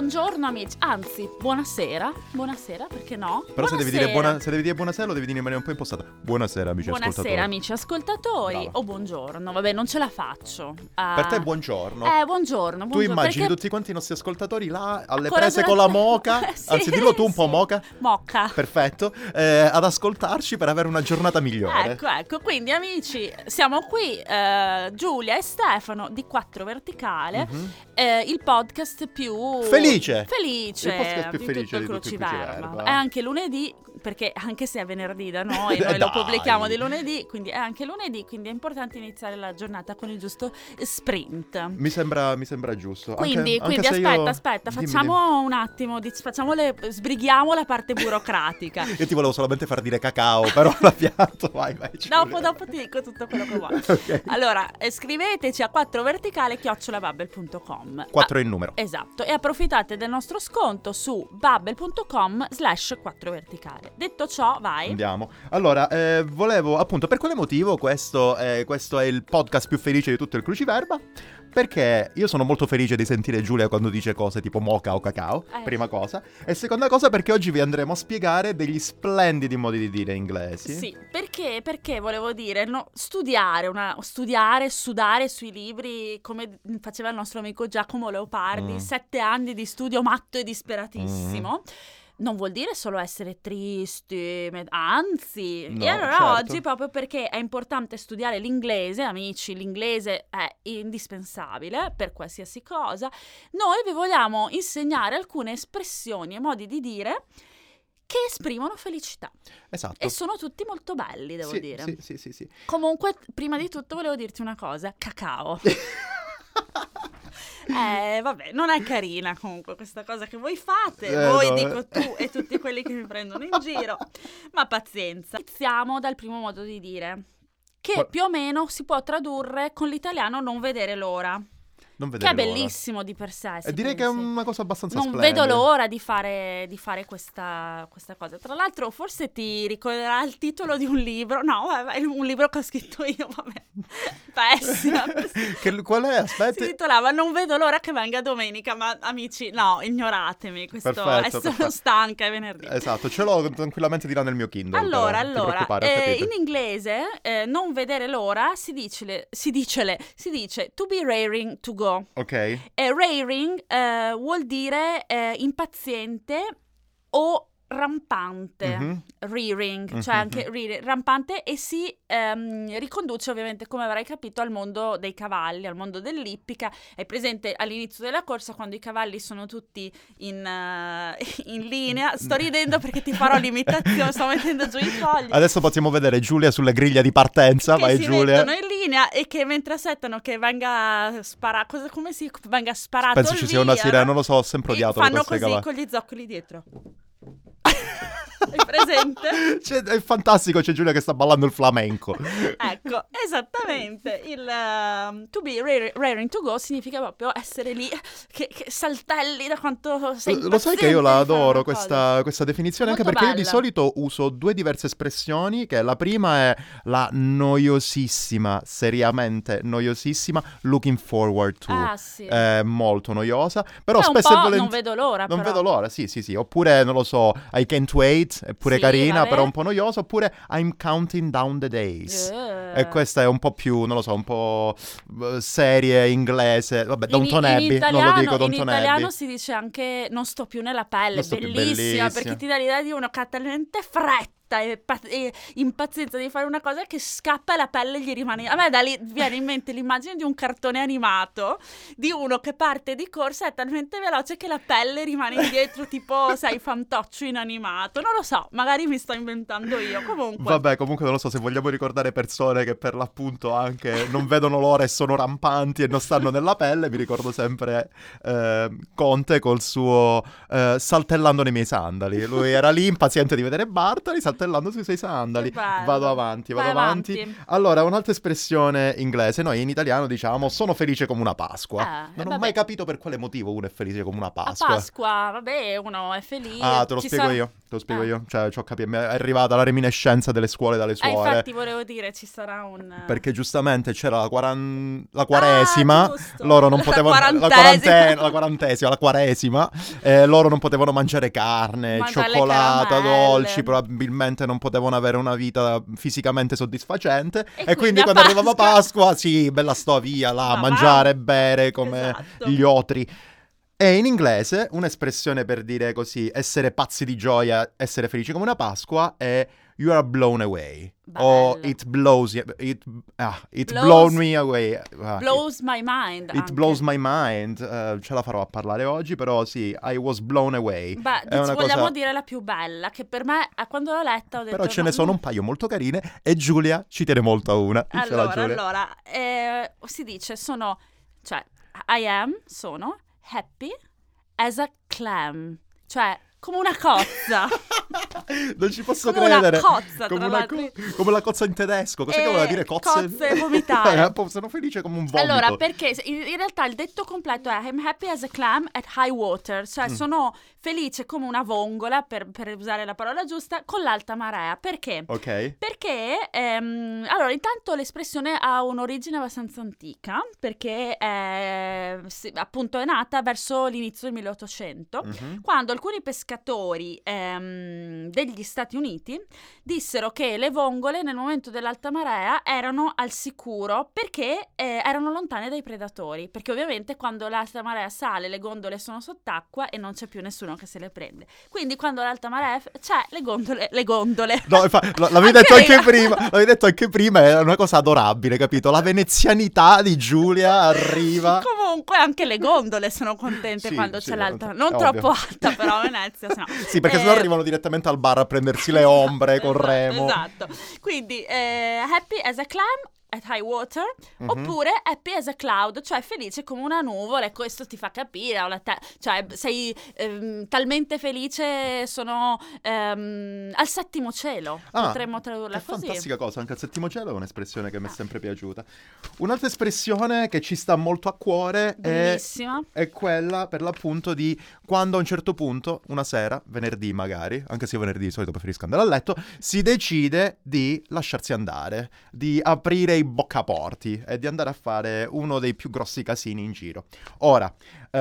buongiorno amici, anzi, buonasera, perché no? Però se devi dire buonasera lo devi dire in maniera un po' impostata. Buonasera amici ascoltatori. Buonasera amici ascoltatori. Brava. O buongiorno, vabbè, non ce la faccio. Per te è buongiorno. Buongiorno. Tu immagini perché... tutti quanti i nostri ascoltatori là alle Ancora prese con la moca. Sì, Anzi, dillo tu un po' sì. moca. Mocca. Perfetto. Ad ascoltarci per avere una giornata migliore. Ecco, quindi amici, siamo qui, Giulia e Stefano di 4 Verticale, il podcast più Felice. Il podcast più felice tutto il di tutto il Cruciverba. Cruciverba. È anche lunedì, perché anche se è venerdì da noi, noi lo Dai. pubblichiamo di lunedì, quindi è anche lunedì, quindi è importante iniziare la giornata con il giusto sprint. Mi sembra giusto. Quindi anche se aspetta, Dimmi. facciamo un attimo, sbrighiamo la parte burocratica. Io ti volevo solamente far dire cacao, però la pianto, vai. Dopo ti dico tutto quello che vuoi. Ok. Allora, scriveteci a 4verticale@bubble.com. 4 in numero. Esatto, e approfittate del nostro sconto su bubble.com/4verticale. Detto ciò, vai. Andiamo. Allora, volevo appunto, per quale motivo questo è il podcast più felice di tutto il Cruciverba? Perché io sono molto felice di sentire Giulia quando dice cose tipo moca o cacao, prima cosa. E seconda cosa perché oggi vi andremo a spiegare degli splendidi modi di dire inglesi. Sì, perché volevo dire, studiare, sudare sui libri come faceva il nostro amico Giacomo Leopardi, 7 anni di studio matto e disperatissimo. Non vuol dire solo essere tristi, anzi. No, e allora certo. oggi, proprio perché è importante studiare l'inglese, amici, l'inglese è indispensabile per qualsiasi cosa, noi vi vogliamo insegnare alcune espressioni e modi di dire che esprimono felicità. Esatto. E sono tutti molto belli, devo dire. Sì. Comunque, prima di tutto volevo dirti una cosa, cacao. Vabbè, non è carina comunque questa cosa che voi fate, voi, no. dico tu e tutti quelli che mi prendono in giro, ma pazienza. Iniziamo dal primo modo di dire, che più o meno si può tradurre con l'italiano non vedere l'ora. Non Che vedere è l'ora. bellissimo di per sé. E direi che è una cosa abbastanza non splendida. vedo l'ora di fare questa cosa. Tra l'altro, forse ti ricorderà il titolo di un libro. No, è un libro che ho scritto io, vabbè. Pessima. Qual è? Aspetta. Si titolava Non vedo l'ora che venga domenica, ma amici, no, ignoratemi. Questo Perfetto. sono stanca, è venerdì. Esatto, ce l'ho tranquillamente di là nel mio Kindle. Allora, non ti preoccupare, ho capito. in inglese non vedere l'ora si dice to be raring to go. Ok. E raring vuol dire impaziente o rampante, rearing, cioè anche rampante, e si riconduce ovviamente, come avrai capito, al mondo dei cavalli, al mondo dell'ippica. È presente all'inizio della corsa quando i cavalli sono tutti in linea. Sto ridendo perché ti farò l'imitazione, sto mettendo giù i fogli. Adesso possiamo vedere Giulia sulla griglia di partenza, che vai si Giulia. mettono in linea e che mentre aspettano che venga sparato, venga sparato Penso ci sia una via, sirena, non lo so, ho sempre odiato le fanno corse dei così cavalli. con gli zoccoli dietro. Hai presente? È fantastico, c'è Giulia che sta ballando il flamenco. Ecco, esattamente. Il to be raring to go significa proprio essere lì che saltelli da quanto sei Lo sai che io la impaziente di fare adoro una cosa. questa definizione, Molto anche perché io di bella. solito uso due diverse espressioni, che la prima è la noiosissima, seriamente noiosissima, looking forward to. Ah, sì. Molto noiosa, però È un spesso e po' volentieri non vedo l'ora, non però. vedo l'ora, sì. Oppure, non lo so, I can't wait, è pure Sì, carina, vabbè. però un po' noiosa. Oppure I'm counting down the days. E questa è un po' più, non lo so, un po' serie, inglese. Vabbè, Downton Abbey, non lo dico, Downton in italiano Abbey. si dice anche non sto più nella pelle, Non sto più, bellissima, bellissima. perché ti dà l'idea di uno che ha talmente fretta e impazienza di fare una cosa che scappa e la pelle gli rimane. A me da lì viene in mente l'immagine di un cartone animato di uno che parte di corsa, è talmente veloce che la pelle rimane indietro, tipo, sai, fantoccio inanimato. Non lo so, magari mi sto inventando io. Comunque Vabbè, comunque non lo so, se vogliamo ricordare persone che per l'appunto anche non vedono l'ora e sono rampanti e non stanno nella pelle, mi ricordo sempre Conte col suo saltellando nei miei sandali. Lui era lì impaziente di vedere Bartoli, saltellando saltellando sui 6 sandali. Che bello. Vado avanti. Vai avanti. Allora, un'altra espressione inglese, noi in italiano diciamo sono felice come una Pasqua. Non ho mai capito per quale motivo uno è felice come una Pasqua. A Pasqua, vabbè, uno è felice. Ah, te lo spiego io. Cioè, c'ho capito, mi è arrivata la reminiscenza delle scuole dalle suore. Infatti volevo dire, ci sarà un... Perché giustamente c'era la Quaresima, loro non potevano... La quarantesima, la Quaresima, loro non potevano mangiare carne, cioccolata, dolci, probabilmente non potevano avere una vita fisicamente soddisfacente. E quindi quando arrivava Pasqua, sì, bella sto via là, mangiare e bere come gli otri. E in inglese un'espressione per dire così, essere pazzi di gioia, essere felici come una Pasqua è you are blown away. Bello. O it blows me away. Blows my mind. It blows my mind. Ce la farò a parlare oggi, però sì, I was blown away. Beh, vogliamo dire la più bella, che per me, quando l'ho letta ho detto... Però ce ne sono un paio molto carine e Giulia ci tiene molto a una. Allora, si dice sono happy as a clam, cioè come una cozza. Non ci posso come credere. Una cozza, come la cozza in tedesco. Cos'è che voleva dire cozze vomitare. Sono felice come un vomito. Allora, perché in realtà il detto completo è I'm happy as a clam at high water, cioè sono felice come una vongola, per usare la parola giusta, con l'alta marea. Perché? Ok. Perché, allora, intanto l'espressione ha un'origine abbastanza antica, perché appunto è nata verso l'inizio del 1800, quando alcuni pescatori degli Stati Uniti dissero che le vongole nel momento dell'alta marea erano al sicuro perché erano lontane dai predatori, perché ovviamente quando l'alta marea sale le gondole sono sott'acqua e non c'è più nessuno che se le prende, quindi quando l'alta marea c'è le gondole no, l'avevi detto anche prima, è una cosa adorabile, capito? La venezianità di Giulia arriva. Comunque anche le gondole sono contente quando c'è l'alta, non troppo alta però Venezia, sennò. Sì, perché sennò arrivano direttamente al bar a prendersi le ombre col remo. Esatto, quindi happy as a clam at high water, oppure happy as a cloud, cioè felice come una nuvola, e questo ti fa capire, cioè sei talmente felice, sono al settimo cielo, potremmo tradurla così. È fantastica cosa, anche al settimo cielo è un'espressione che mi è sempre piaciuta. Un'altra espressione che ci sta molto a cuore è quella per l'appunto di quando a un certo punto, una sera, venerdì magari, anche se io venerdì di solito preferisco andare a letto, si decide di lasciarsi andare, di aprire i boccaporti e di andare a fare uno dei più grossi casini in giro. Ora,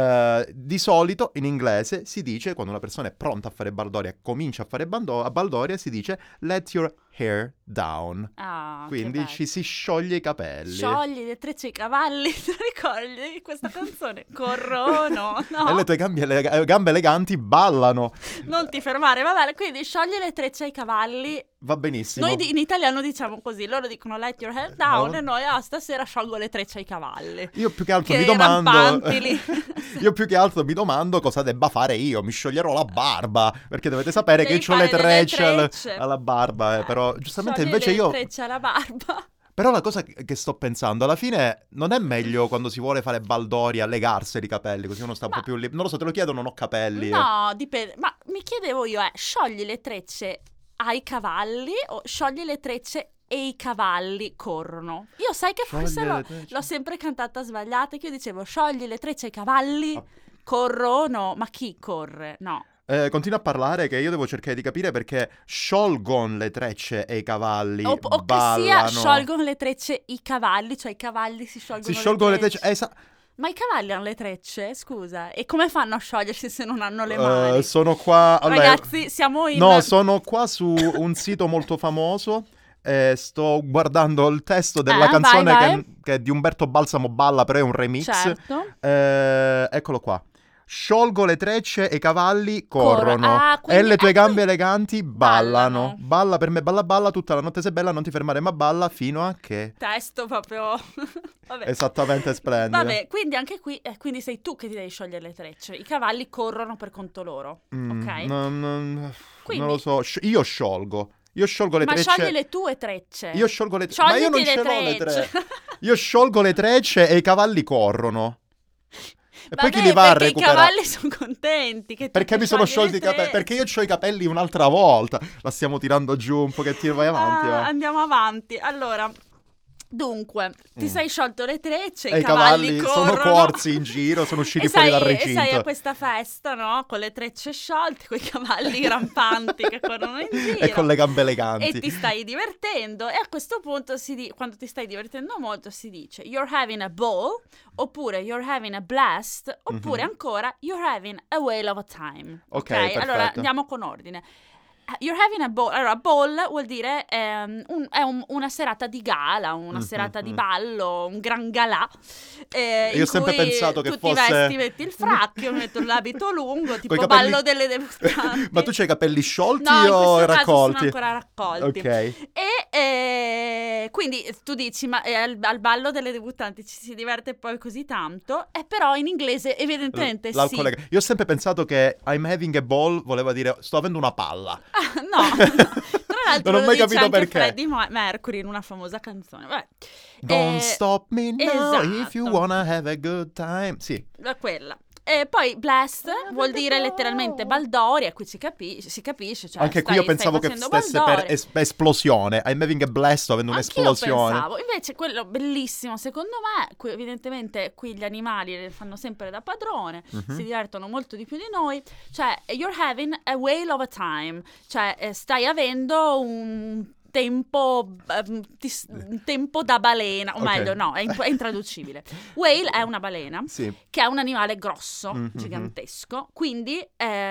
di solito in inglese si dice, quando una persona è pronta a fare baldoria, comincia a fare baldoria, si dice let your hair down. Quindi ci si scioglie i capelli. Sciogli le trecce ai cavalli, ti ricordi questa canzone? Corrono, no? E le tue gambe eleganti ballano. Non ti fermare, va bene, quindi sciogli le trecce ai cavalli. Va benissimo. Noi in italiano diciamo così, loro dicono let your hair down e noi stasera sciolgo le trecce ai cavalli. Io più che altro mi domando Io più che altro mi domando cosa debba fare io, mi scioglierò la barba, perché dovete sapere che ho le trecce alla barba, però giustamente invece io... le trecce alla barba. Però la cosa che sto pensando, alla fine non è meglio quando si vuole fare baldoria legarseli i capelli, così uno sta un po' più lì. Non lo so, te lo chiedo, non ho capelli. No, dipende. Ma mi chiedevo io, sciogli le trecce ai cavalli o sciogli le trecce e i cavalli corrono? Io sai che forse l'ho sempre cantata sbagliata, che io dicevo sciogli le trecce ai cavalli, corrono, ma chi corre? No. Continua a parlare che io devo cercare di capire perché sciolgono le trecce e i cavalli o ballano. Che sia sciolgono le trecce i cavalli, cioè i cavalli si sciolgono le trecce. Ma i cavalli hanno le trecce, scusa. E come fanno a sciogliersi se non hanno le mani? Sono qua... Ragazzi, siamo in... No, sono qua su un sito molto famoso. Sto guardando il testo della canzone vai. Che è di Umberto Balsamo Balla, però è un remix. Certo. Eccolo qua. Sciolgo le trecce e i cavalli corrono. E le tue gambe eleganti ballano. Balla per me, balla, tutta la notte sei bella, non ti fermare ma balla fino a che... Testo proprio... Vabbè. Esattamente splendido. Vabbè, quindi anche qui, quindi sei tu che ti devi sciogliere le trecce. I cavalli corrono per conto loro, ok? Non lo so, io sciolgo. Io sciolgo le trecce. Ma sciogli le tue trecce. Io sciolgo le trecce. Ma io non ce l'ho le trecce. Io sciolgo le trecce e i cavalli corrono. E poi chi li va a perché recuperare? i cavalli sono contenti che tu Perché ti mi sono sciogli sciolti i le capelli? trecce. Perché io ho i capelli un'altra volta. La stiamo tirando giù un pochettino, vai avanti. va. Andiamo avanti. Allora, dunque, ti sei sciolto le trecce, E i cavalli sono corrono. corsi in giro, sono usciti E fuori sai- dal E sei a recinto. questa festa, no? Con le trecce sciolte, con i cavalli rampanti che corrono in giro. E con le gambe eleganti. E ti stai divertendo. E a questo punto, quando ti stai divertendo molto, si dice you're having a ball, oppure you're having a blast, oppure ancora you're having a whale of a time. Ok, Allora perfetto. andiamo con ordine. You're having a ball. Allora, ball vuol dire una serata di gala, una serata di ballo, un gran galà. Io ho sempre pensato che tu fosse... ti vesti, metti il fracco, io metto l'abito lungo, tipo Coi capelli- ballo delle debuttanti. Ma tu c'hai i capelli sciolti No, in o questo caso raccolti? sono ancora raccolti. Ok. E quindi tu dici, ma al ballo delle debuttanti ci si diverte poi così tanto? E però in inglese evidentemente sì. Collega. Io ho sempre pensato che I'm having a ball voleva dire sto avendo una palla. No. Tra l'altro Non ho mai lo dice capito anche perché. Freddie Mercury in una famosa canzone. Vabbè. Don't stop me now esatto. if you wanna have a good time. Sì. Quella. E poi blast vuol dire letteralmente baldoria, qui si capisce. Cioè Anche qui io pensavo che stesse per esplosione. I'm having a blast, sto avendo un'esplosione. Pensavo. Invece quello bellissimo, secondo me, evidentemente qui gli animali le fanno sempre da padrone, si divertono molto di più di noi. Cioè, you're having a whale of a time. Cioè, stai avendo un tempo da balena, o meglio, no, è intraducibile. Whale è una balena che è un animale grosso, gigantesco, quindi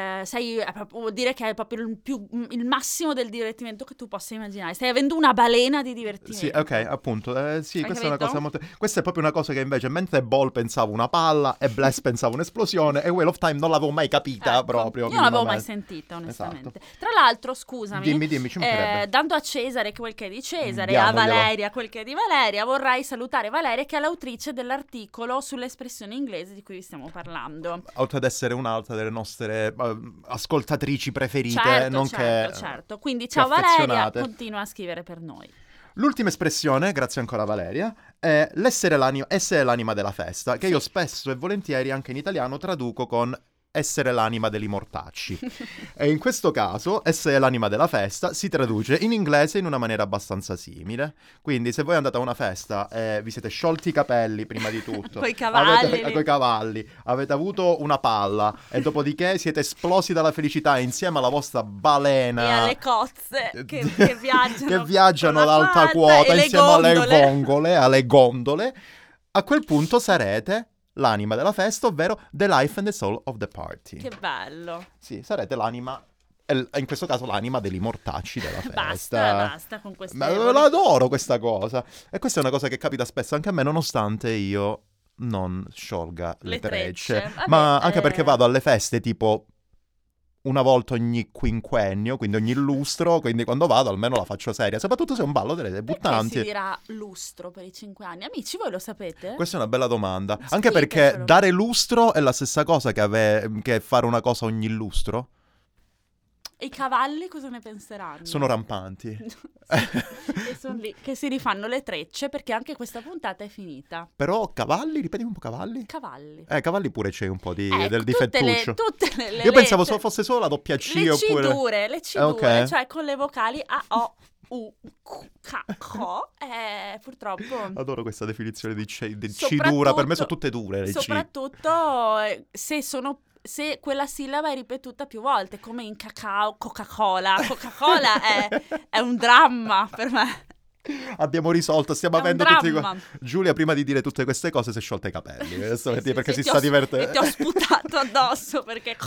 vuol dire che è proprio il massimo del divertimento che tu possa immaginare. Stai avendo una balena di divertimento. Sì, ok, appunto. Sì, Hai questa è una capito? cosa molto... Questa è proprio una cosa che invece, mentre Ball pensavo una palla e Blast pensavo un'esplosione, e Whale of Time non l'avevo mai capita proprio. Io non l'avevo mai sentita, onestamente. Esatto. Tra l'altro, scusami, Dimmi, ci mancherebbe. dando a Cesare quel che è di Cesare, Diamoglielo. a Valeria quel che è di Valeria, vorrei salutare Valeria, che è l'autrice dell'articolo sull'espressione inglese di cui vi stiamo parlando. Oltre ad essere un'altra delle nostre ascoltatrici preferite, Certo. Quindi ciao Valeria, continua a scrivere per noi. L'ultima espressione, grazie ancora Valeria, è essere l'anima della festa, che io spesso e volentieri anche in italiano traduco con essere l'anima degli mortacci. E in questo caso, essere l'anima della festa si traduce in inglese in una maniera abbastanza simile. Quindi se voi andate a una festa e vi siete sciolti i capelli prima di tutto, coi cavalli, avete avuto una palla e dopodiché siete esplosi dalla felicità insieme alla vostra balena e alle cozze che viaggiano ad alta quota insieme alle gondole, a quel punto sarete l'anima della festa, ovvero the life and the soul of the party. Che bello. Sì, sarete l'anima, in questo caso l'anima degli mortacci della festa. Basta con queste... Ma l'adoro questa cosa. E questa è una cosa che capita spesso anche a me, nonostante io non sciolga le trecce. Vabbè, ma anche perché vado alle feste tipo una volta ogni quinquennio, quindi ogni lustro, quindi quando vado almeno la faccio seria, soprattutto se è un ballo delle debuttanti. Perché si dirà lustro per i 5 anni? Amici, voi lo sapete? Questa è una bella domanda, anche perché dare lustro è la stessa cosa che fare una cosa ogni lustro. E i cavalli cosa ne penseranno? Sono rampanti. Che sono lì, che si rifanno le trecce, perché anche questa puntata è finita. Però cavalli, ripetimi un po' cavalli. Cavalli pure c'è un po' del difettuccio. Tutte le Io pensavo fosse solo la doppia C le oppure... le C dure, cioè con le vocali A, O, U, K, Co. Purtroppo... Adoro questa definizione di C dura, per me sono tutte dure le C. Soprattutto se quella sillaba è ripetuta più volte, come in cacao, Coca-Cola. Coca-Cola è un dramma per me. Abbiamo risolto, stiamo avendo tutti Giulia, prima di dire tutte queste cose, si è sciolta i capelli. Perché si sta divertendo. E ti ho sputato addosso perché...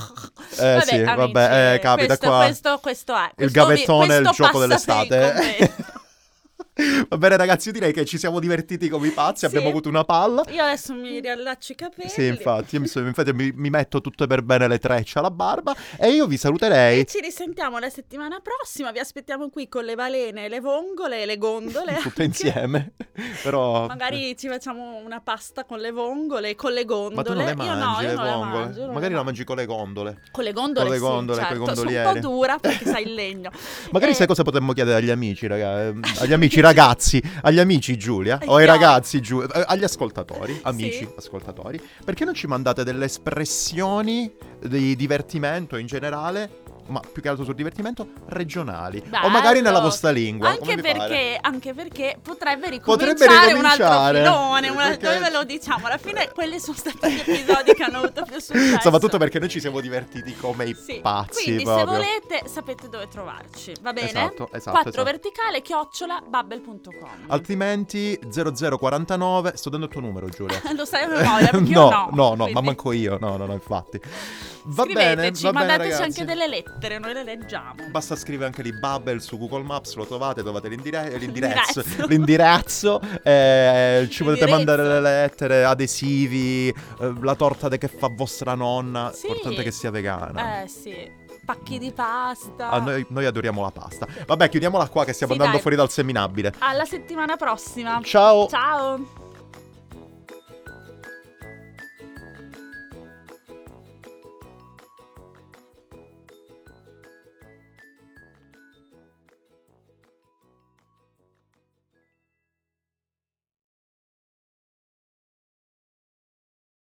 capita qua. Questo è. Il gavettone è il gioco dell'estate. Va bene ragazzi, io direi che ci siamo divertiti come i pazzi, abbiamo avuto una palla. Io adesso mi riallaccio i capelli. Sì, infatti, mi metto tutte per bene le trecce alla barba e io vi saluterei. E ci risentiamo la settimana prossima, vi aspettiamo qui con le balene, le vongole e le gondole. Tutte insieme, però... Magari ci facciamo una pasta con le vongole e con le gondole. Ma tu non le mangi, io le non vongole? mangio, Magari la mangi con le gondole. Con le gondole, con i certo. gondolieri. Sono un po' dura perché sai il legno. Magari sai cosa potremmo chiedere agli amici, ragazzi? Agli amici, ragazzi, agli amici Giulia, o ai ragazzi agli ascoltatori, amici Sì. ascoltatori, perché non ci mandate delle espressioni di divertimento in generale, ma più che altro sul divertimento, regionali, o magari nella vostra lingua, anche perché potrebbe Potrebbe ricominciare un altro ricominciare, filone, perché- noi ve lo diciamo, alla fine quelli sono stati gli episodi che hanno avuto più successo. Soprattutto perché noi ci siamo divertiti come i pazzi. Quindi proprio. se volete sapete dove trovarci, va bene? Esatto, 4 verticale @bubble.com. Altrimenti 0049, sto dando il tuo numero, Giulia. Lo sai a memoria, perché io no, quindi ma manco io, no, infatti. Va bene, scriveteci, va bene, mandateci ragazzi. anche delle lettere, noi le leggiamo. Basta scrivere anche lì Bubble su Google Maps, lo trovate l'indirizzo. L'indirizzo. L'indirizzo, ci potete L'indirizzo. mandare le lettere, adesivi, la torta che fa vostra nonna, Sì. importante che sia vegana. Sì, pacchi di pasta. Noi adoriamo la pasta. Vabbè, chiudiamola qua che stiamo Sì, andando dai. fuori dal seminabile. Alla settimana prossima. Ciao. Ciao.